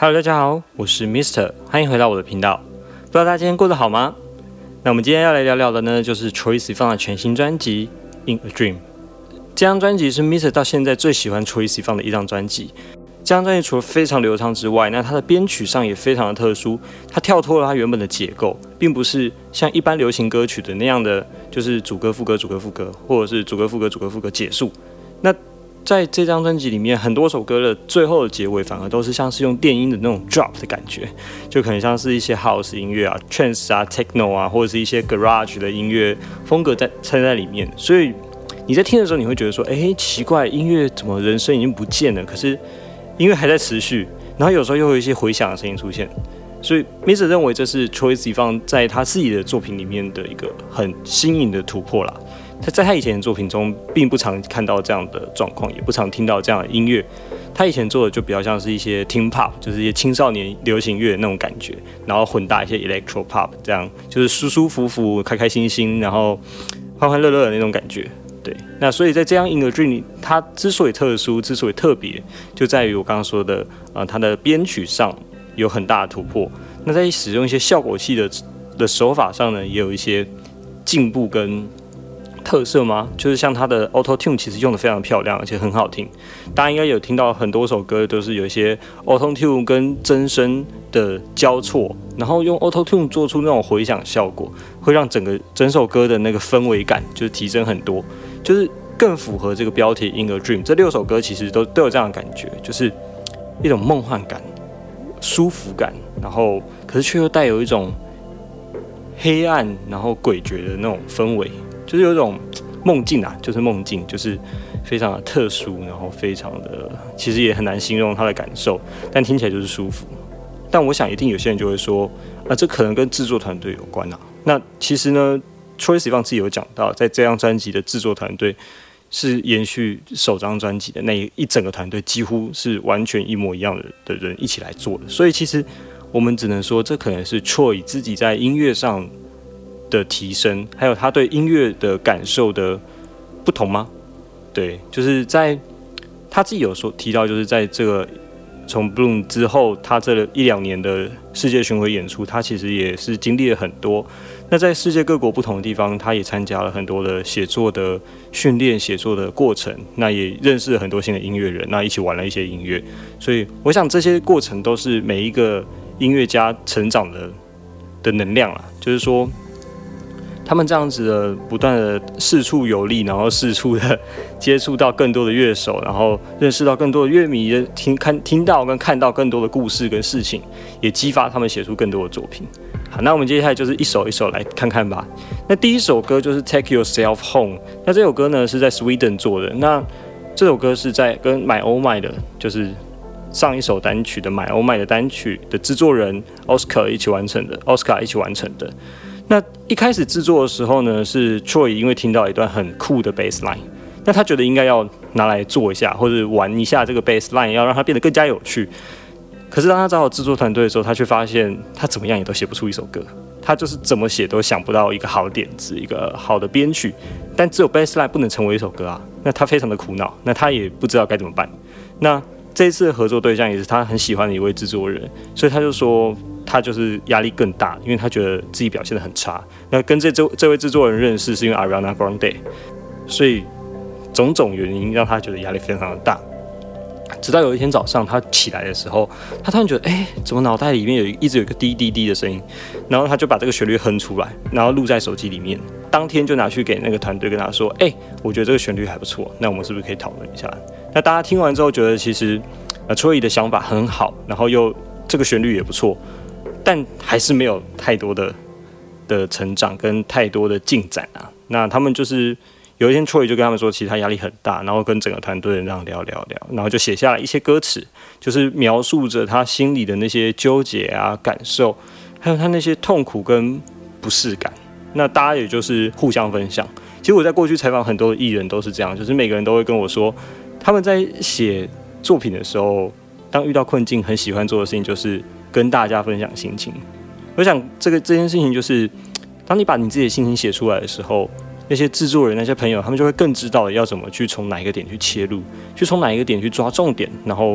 Hello， 大家好，我是 Mr， 欢迎回到我的频道。不知道大家今天过得好吗？那我们今天要来聊聊的呢，就是 Troye Sivan 的全新专辑《In a Dream》。这张专辑是 Mr 到现在最喜欢 Troye Sivan 的一张专辑。这张专辑除了非常流畅之外，那它的编曲上也非常的特殊，它跳脱了它原本的结构，并不是像一般流行歌曲的那样的，就是主歌副歌主歌副歌，或者是主歌副歌主歌副歌结束。那在这张专辑里面，很多首歌的最后的结尾反而都是像是用电音的那种 drop 的感觉，就可能像是一些 house 音乐啊、trance 啊、techno 啊，或者是一些 garage 的音乐风格掺在里面。所以你在听的时候，你会觉得说，奇怪，音乐怎么人声已经不见了，可是音乐还在持续，然后有时候又有一些回响的声音出现。所以 Mr 认为这是 Troye Sivan 在他自己的作品里面的一个很新颖的突破啦。他在他以前的作品中，并不常看到这样的状况，也不常听到这样的音乐。他以前做的就比较像是一些 teen pop， 就是一些青少年流行乐那种感觉，然后混搭一些 electro pop， 这样就是舒舒服服、开开心心，然后欢欢乐乐的那种感觉。对，那所以在这样 In a Dream 它之所以特殊，之所以特别，就在于我刚刚说的，它的编曲上有很大的突破。那在使用一些效果器的手法上呢，也有一些进步跟特色吗？就是像它的 Auto Tune 其实用的非常漂亮，而且很好听。大家应该有听到很多首歌都是有一些 Auto Tune 跟真声的交错，然后用 Auto Tune 做出那种回响效果，会让整首歌的那个氛围感就是提升很多，就是更符合这个标题 In a Dream。这6首歌其实都有这样的感觉，就是一种梦幻感、舒服感，然后可是却又带有一种黑暗然后诡谲的那种氛围。就是有一种梦境啊，就是梦境，就是非常的特殊，然后非常的，其实也很难形容它的感受，但听起来就是舒服。但我想一定有些人就会说，这可能跟制作团队有关啊。那其实呢 ，Troye Sivan 自己有讲到，在这张专辑的制作团队是延续首张专辑的那一整个团队，几乎是完全一模一样的人一起来做的。所以其实我们只能说，这可能是 Troye 自己在音乐上的提升，还有他对音乐的感受的不同吗？对，就是在他自己有提到，就是在这个从 Bloom 之后，他这1-2年的世界巡回演出，他其实也是经历了很多。那在世界各国不同的地方，他也参加了很多的写作的训练、写作的过程，那也认识了很多新的音乐人，那一起玩了一些音乐。所以我想这些过程都是每一个音乐家成长的能量啦，就是说他们这样子的不断的四处游历，然后四处的接触到更多的乐手，然后认识到更多的乐迷，听到跟看到更多的故事跟事情，也激发他们写出更多的作品。好，那我们接下来就是一首一首来看看吧。那第一首歌就是 Take Yourself Home， 那这首歌呢是在 Sweden 做的。那这首歌是在跟 My Oh My 的，就是上一首单曲的 My Oh My 的单曲的制作人 Oscar 一起完成的。那一开始制作的时候呢，是 Troye 因为听到一段很酷的 bass line， 那他觉得应该要拿来做一下，或者玩一下这个 bass line， 要让它变得更加有趣。可是当他找好制作团队的时候，他却发现他怎么样也都写不出一首歌，他就是怎么写都想不到一个好点子，一个好的编曲，但只有 bass line 不能成为一首歌啊，那他非常的苦恼，那他也不知道该怎么办。那这一次的合作对象也是他很喜欢的一位制作人，所以他就说他就是压力更大，因为他觉得自己表现得很差。那跟这位制作人认识是因为 Ariana Grande， 所以种种原因让他觉得压力非常的大。直到有一天早上他起来的时候，他突然觉得怎么脑袋里面一直有一个滴滴滴的声音，然后他就把这个旋律哼出来，然后录在手机里面，当天就拿去给那个团队跟他说我觉得这个旋律还不错，那我们是不是可以讨论一下？那大家听完之后觉得其实Troye 的想法很好，然后又这个旋律也不错，但还是没有太多的成长跟太多的进展啊。那他们就是有一天 Troye 就跟他们说，其实他压力很大，然后跟整个团队人这样聊，然后就写下来一些歌词，就是描述着他心里的那些纠结啊、感受，还有他那些痛苦跟不适感。那大家也就是互相分享。其实我在过去采访很多的艺人都是这样，就是每个人都会跟我说，他们在写作品的时候，当遇到困境，很喜欢做的事情就是跟大家分享心情。我想这件事情就是，当你把你自己的心情写出来的时候，那些制作人、那些朋友，他们就会更知道要怎么去从哪一个点去切入，去从哪一个点去抓重点，然后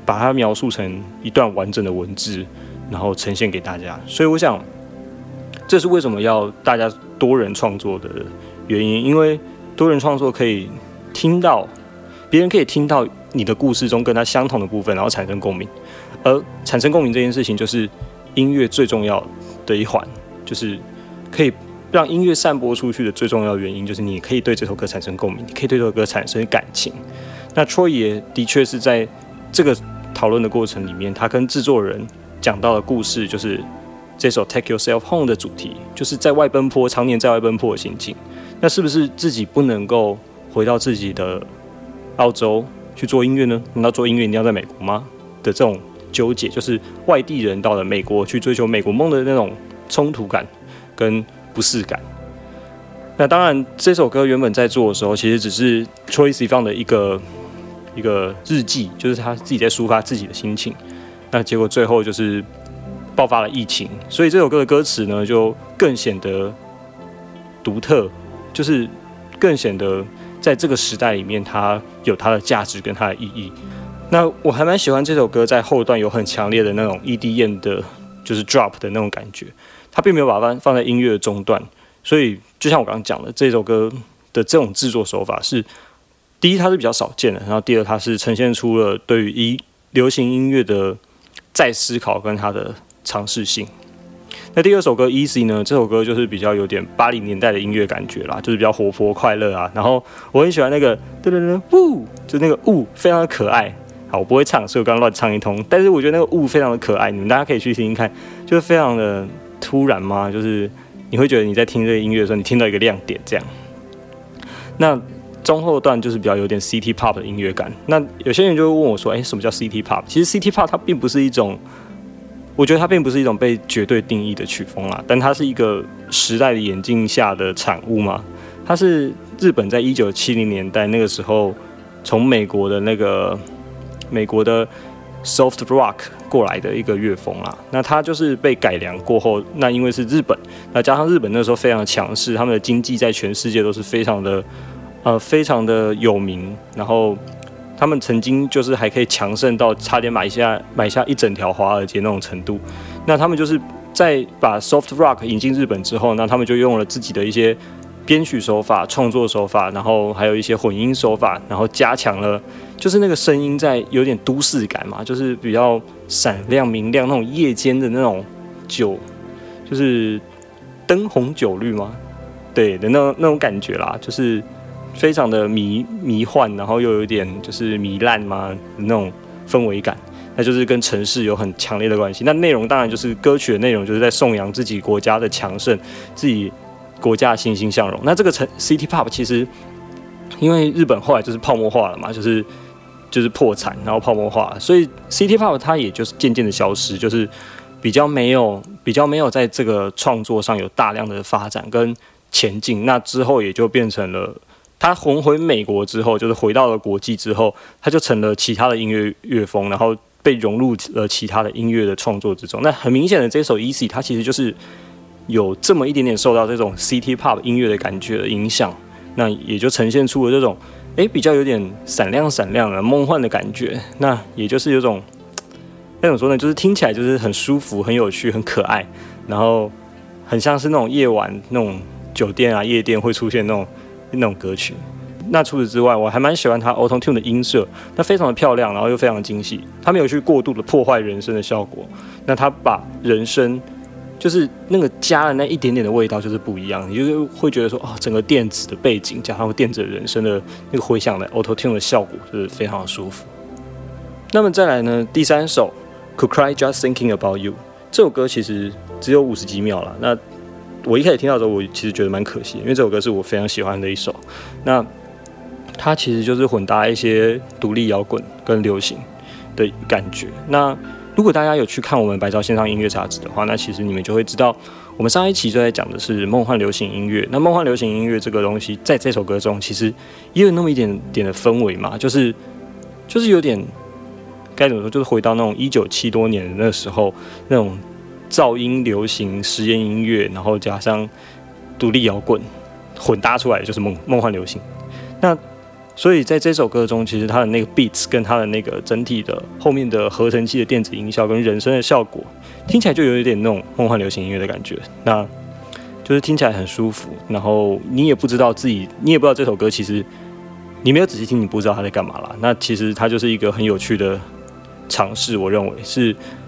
把它描述成一段完整的文字，然后呈现给大家。所以我想，这是为什么要大家多人创作的原因，因为多人创作可以听到别人可以听到你的故事中跟他相同的部分，然后产生共鸣。而产生共鸣这件事情，就是音乐最重要的一环，就是可以让音乐散播出去的最重要的原因，就是你可以对这首歌产生共鸣，你可以对这首歌产生感情。那 Troy 也的确是在这个讨论的过程里面，他跟制作人讲到的故事，就是这首 Take Yourself Home 的主题，就是在外奔波，常年在外奔波的心境。那是不是自己不能够回到自己的澳洲去做音乐呢？难道做音乐一定要在美国吗？的这种纠结，就是外地人到了美国去追求美国梦的那种冲突感跟不适感。那当然，这首歌原本在做的时候，其实只是 Troye Sivan 的一个日记，就是他自己在抒发自己的心情。那结果最后就是爆发了疫情，所以这首歌的歌词呢，就更显得独特，就是更显得在这个时代里面，它有它的价值跟它的意义。那我还蛮喜欢这首歌在后段有很强烈的那种 EDM 的，就是 drop 的那种感觉，它并没有把它放在音乐的中段，所以就像我刚刚讲的，这首歌的这种制作手法是，第一它是比较少见的，然后第二它是呈现出了对于流行音乐的再思考跟它的尝试性。那第二首歌 Easy 呢，这首歌就是比较有点80年代的音乐感觉啦，就是比较活泼快乐啊，然后我很喜欢那个噔噔噔呜，就那个呜非常的可爱。好，我不会唱，所以我刚刚乱唱一通。但是我觉得那个雾非常的可爱，你们大家可以去听听看，就是非常的突然嘛，就是你会觉得你在听这个音乐的时候，你听到一个亮点这样。那中后段就是比较有点 City Pop 的音乐感。那有些人就会问我说：“什么叫 City Pop？” 其实 City Pop 它并不是一种，我觉得它并不是一种被绝对定义的曲风啦，但它是一个时代的演进下的产物嘛。它是日本在1970年代那个时候从美国的 soft rock 过来的一个乐风啦，那它就是被改良过后，那因为是日本，那加上日本那时候非常的强势，他们的经济在全世界都是非常的有名，然后他们曾经就是还可以强盛到差点买下一整条华尔街那种程度。那他们就是在把 soft rock 引进日本之后，那他们就用了自己的一些编曲手法、创作手法，然后还有一些混音手法，然后加强了，就是那个声音在有点都市感嘛，就是比较闪亮明亮那种夜间的那种就是灯红酒绿嘛，对的那种感觉啦，就是非常的迷幻，然后又有点就是糜烂嘛的那种氛围感，那就是跟城市有很强烈的关系。那内容当然就是歌曲的内容，就是在颂扬自己国家的强盛，自己国家欣欣向荣。那这个City Pop 其实因为日本后来就是泡沫化了嘛，就是破产，然后泡沫化了，所以 City Pop 它也就是渐渐的消失，就是比较没有在这个创作上有大量的发展跟前进。那之后也就变成了它红回美国之后，就是回到了国际之后，它就成了其他的音乐乐风，然后被融入了其他的音乐的创作之中。那很明显的，这首 Easy 它其实就是有这么一点点受到这种 City Pop 音乐的感觉的影响，那也就呈现出了这种比较有点闪亮的梦幻的感觉。那也就是有种那种说呢，就是听起来就是很舒服、很有趣、很可爱，然后很像是那种夜晚那种酒店啊、夜店会出现那种歌曲。那除此之外，我还蛮喜欢它 Auto Tune 的音色，那非常的漂亮，然后又非常的精细，它没有去过度的破坏人声的效果。那它把人声就是那个加了那一点点的味道就是不一样，你就会觉得说整个电子的背景加上电子的人声的那个回响的 Auto Tune 的效果就是非常的舒服。那么再来呢，第三首 Could Cry Just Thinking About You 这首歌其实只有50几秒啦。那我一开始听到的时候，我其实觉得蛮可惜的，因为这首歌是我非常喜欢的一首。那它其实就是混搭一些独立摇滚跟流行的感觉。那如果大家有去看我们白噪线上音乐杂志的话，那其实你们就会知道，我们上一期就在讲的是梦幻流行音乐。那梦幻流行音乐这个东西，在这首歌中其实也有那么一点点的氛围嘛，就是有点该怎么说，就是回到那种1970多年的那时候那种噪音流行实验音乐，然后加上独立摇滚混搭出来的就是梦幻流行。那所以在这首歌中，其实它的那个 beats 跟它的那个整体的后面的合成器的电子音效跟人声的效果，听起来就有一点那种梦幻流行音乐的感觉。那就是听起来很舒服，然后你也不知道这首歌其实你没有仔细听，你不知道他在干嘛啦。那其实它就是一个很有趣的尝试，我认为是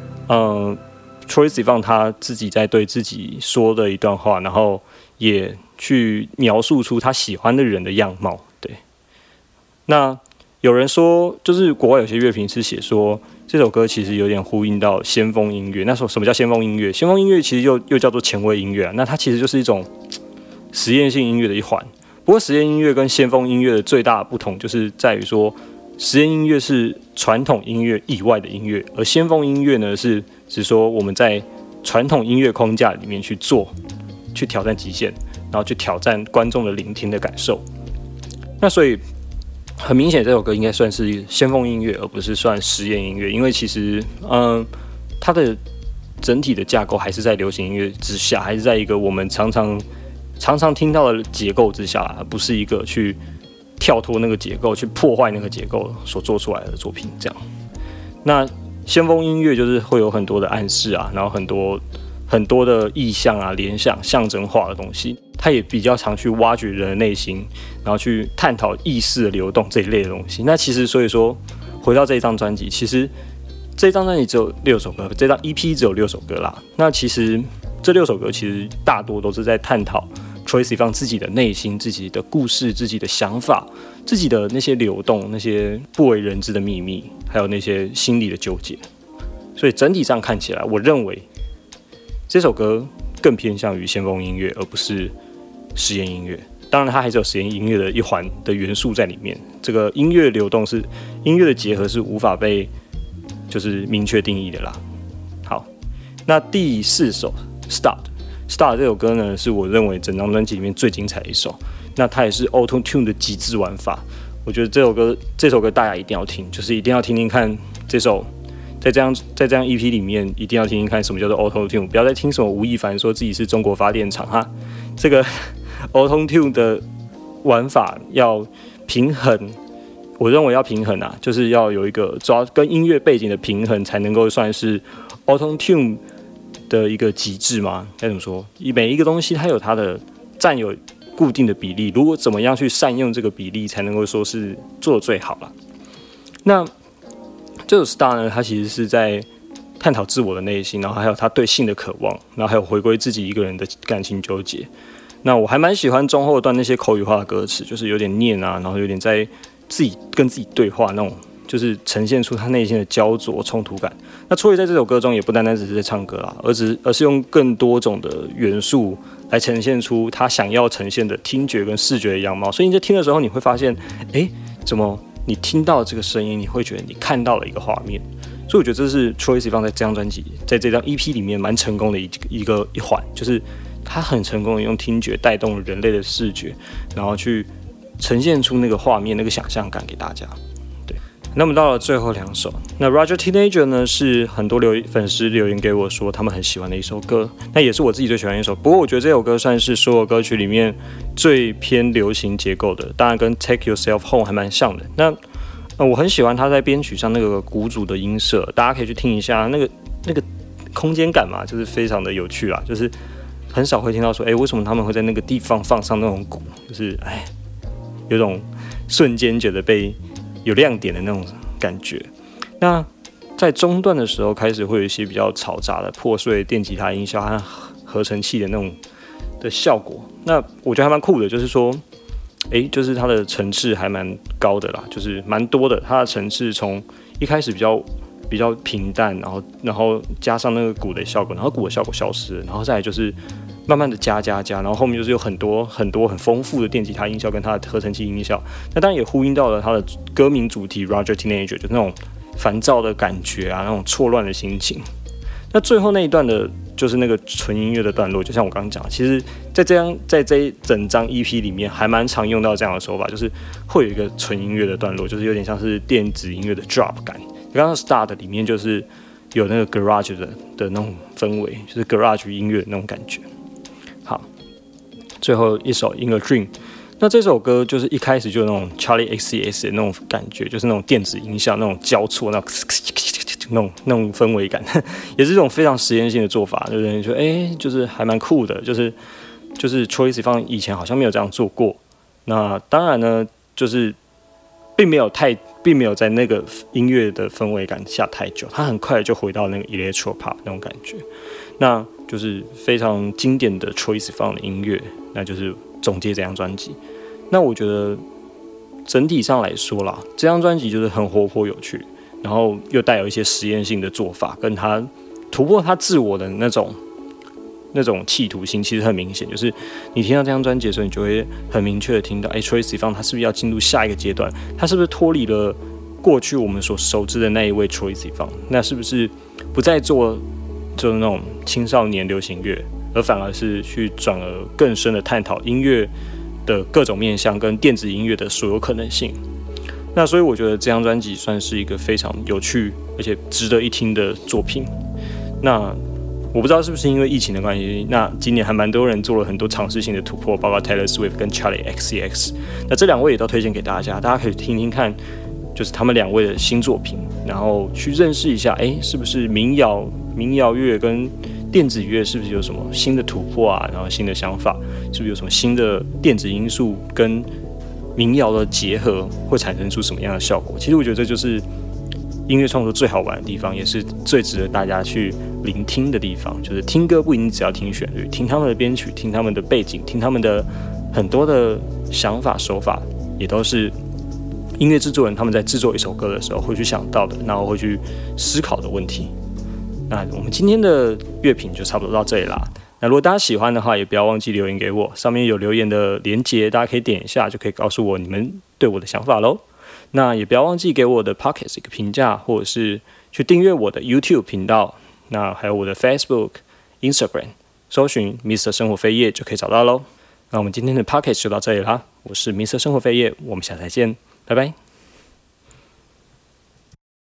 Troye Sivan 他自己在对自己说的一段话，然后也去描述出他喜欢的人的样貌。对，那有人说，就是国外有些乐评是写说，这首歌其实有点呼应到先锋音乐。那时候什么叫先锋音乐？先锋音乐其实又叫做前卫音乐啊。那它其实就是一种实验性音乐的一环。不过实验音乐跟先锋音乐的最大的不同，就是在于说，实验音乐是传统音乐以外的音乐，而先锋音乐呢是指说我们在传统音乐框架里面去挑战极限，然后去挑战观众的聆听的感受。那所以很明显，这首歌应该算是先锋音乐，而不是算实验音乐，因为其实它的整体的架构还是在流行音乐之下，还是在一个我们常常听到的结构之下，而不是一个去跳脱那个结构、去破坏那个结构所做出来的作品。这样，那先锋音乐就是会有很多的暗示啊，然后很多的意象啊、联想、象征化的东西，它也比较常去挖掘人的内心，然后去探讨意识的流动这一类的东西。那其实所以说，回到这一张专辑，其实这一张专辑只有6首歌，这张 EP 只有6首歌啦。那其实这6首歌其实大多都是在探讨 Troye Sivan 自己的内心、自己的故事、自己的想法、自己的那些流动、那些不为人知的秘密，还有那些心理的纠结。所以整体上看起来，我认为这首歌更偏向于先锋音乐，而不是实验音乐。当然，它还是有实验音乐的一环的元素在里面。这个音乐流动是音乐的结合，是无法被就是明确定义的啦。好，那第4首 Start 这首歌呢，是我认为整张专辑里面最精彩的一首。那它也是 Auto Tune 的极致玩法。我觉得这首歌大家一定要听，就是一定要听听看这首。在这样 EP 里面，一定要听听看什么叫做 Auto Tune， 不要再听什么吴亦凡说自己是中国发电厂哈。这个 Auto Tune 的玩法要平衡，我认为要平衡啊，就是要有一个跟音乐背景的平衡，才能够算是 Auto Tune 的一个极致嘛。该怎么说？每一个东西它有它的占有固定的比例，如果怎么样去善用这个比例，才能够说是做得最好啦。那这首 Star 呢，它其实是在探讨自我的内心，然后还有他对性的渴望，然后还有回归自己一个人的感情纠结。那我还蛮喜欢中后段那些口语化的歌词，就是有点念啊，然后有点在跟自己对话那种，就是呈现出他内心的焦灼冲突感。那Troye在这首歌中也不单单只是在唱歌啦，而是用更多种的元素来呈现出他想要呈现的听觉跟视觉的样貌。所以你在听的时候，你会发现，怎么你听到这个声音，你会觉得你看到了一个画面。所以我觉得这是 Troye Sivan 在这张专辑，在这张 EP 里面蛮成功的一环，就是他很成功的用听觉带动人类的视觉，然后去呈现出那个画面、那个想象感给大家。对，那么到了最后2首，那 Roger Teenager 呢是很多粉丝留言给我说他们很喜欢的一首歌，那也是我自己最喜欢的一首。不过我觉得这首歌算是所有歌曲里面最偏流行结构的，当然跟 Take Yourself Home 还蛮像的。那我很喜欢他在编曲上那个鼓组的音色，大家可以去听一下那个空间感嘛，就是非常的有趣啦。就是很少会听到说，为什么他们会在那个地方放上那种鼓，就是有种瞬间觉得被有亮点的那种感觉。那在中段的时候开始会有一些比较嘈杂的破碎电吉他音效和合成器的那种的效果，那我觉得还蛮酷的，就是说就是它的层次还蛮高的啦，就是蛮多的。它的层次从一开始比较平淡，然后加上那个鼓的效果，然后鼓的效果消失了，然后再来就是慢慢的加，然后后面就是有很多很丰富的电吉他音效跟它的合成器音效。那当然也呼应到了它的歌名主题 Roger Teenager， 就是那种烦躁的感觉啊，那种错乱的心情。那最后那一段的就是那个纯音乐的段落，就像我刚刚讲的，其实在这一整张 EP 里面还蛮常用到这样的手法，就是会有一个纯音乐的段落，就是有点像是电子音乐的 drop 感。刚刚 Start 里面就是有那个 garage 的那种氛围，就是 garage 音乐的那种感觉。好，最后一首 In a Dream， 那这首歌就是一开始就有那种 Charlie XCX 的那种感觉，就是那种电子音效那种交错那种氛围感，也是这种非常实验性的做法，就人觉得就是还蛮酷的，就是Troye Sivan以前好像没有这样做过。那当然呢，就是并没有在那个音乐的氛围感下太久，他很快就回到那个 electro pop 那种感觉，那就是非常经典的 Troye Sivan 的音乐，那就是总结这张专辑。那我觉得整体上来说啦，这张专辑就是很活泼有趣，然后又带有一些实验性的做法，跟他突破他自我的那种企图心，其实很明显。就是你听到这张专辑的时候，你就会很明确的听到，Troye Sivan 他是不是要进入下一个阶段？他是不是脱离了过去我们所熟知的那一位 Troye Sivan？那是不是不再做就是那种青少年流行乐，而反而是去转而更深的探讨音乐的各种面向跟电子音乐的所有可能性？那所以我觉得这张专辑算是一个非常有趣而且值得一听的作品。那我不知道是不是因为疫情的关系，那今年还蛮多人做了很多尝试性的突破，包括 Taylor Swift 跟 Charlie XCX。那这两位也都推荐给大家，大家可以听听看，就是他们两位的新作品，然后去认识一下，是不是民谣乐跟电子乐是不是有什么新的突破啊？然后新的想法，是不是有什么新的电子因素跟民谣的结合，会产生出什么样的效果？其实我觉得这就是音乐创作最好玩的地方，也是最值得大家去聆听的地方。就是听歌不一定只要听旋律，听他们的编曲，听他们的背景，听他们的很多的想法手法，也都是音乐制作人他们在制作一首歌的时候会去想到的，然后会去思考的问题。那我们今天的乐评就差不多到这里啦。那如果大家喜欢的话，也不要忘记留言给我，上面有留言的连结，大家可以点一下，就可以告诉我你们对我的想法咯。那也不要忘记给我的 Podcast 一个评价，或者是去订阅我的 YouTube 频道，那还有我的 Facebook、Instagram， 搜寻 Mr. 生活飞叶就可以找到咯。那我们今天的 Podcast 就到这里啦，我是 Mr. 生活飞叶，我们下次再见，拜拜。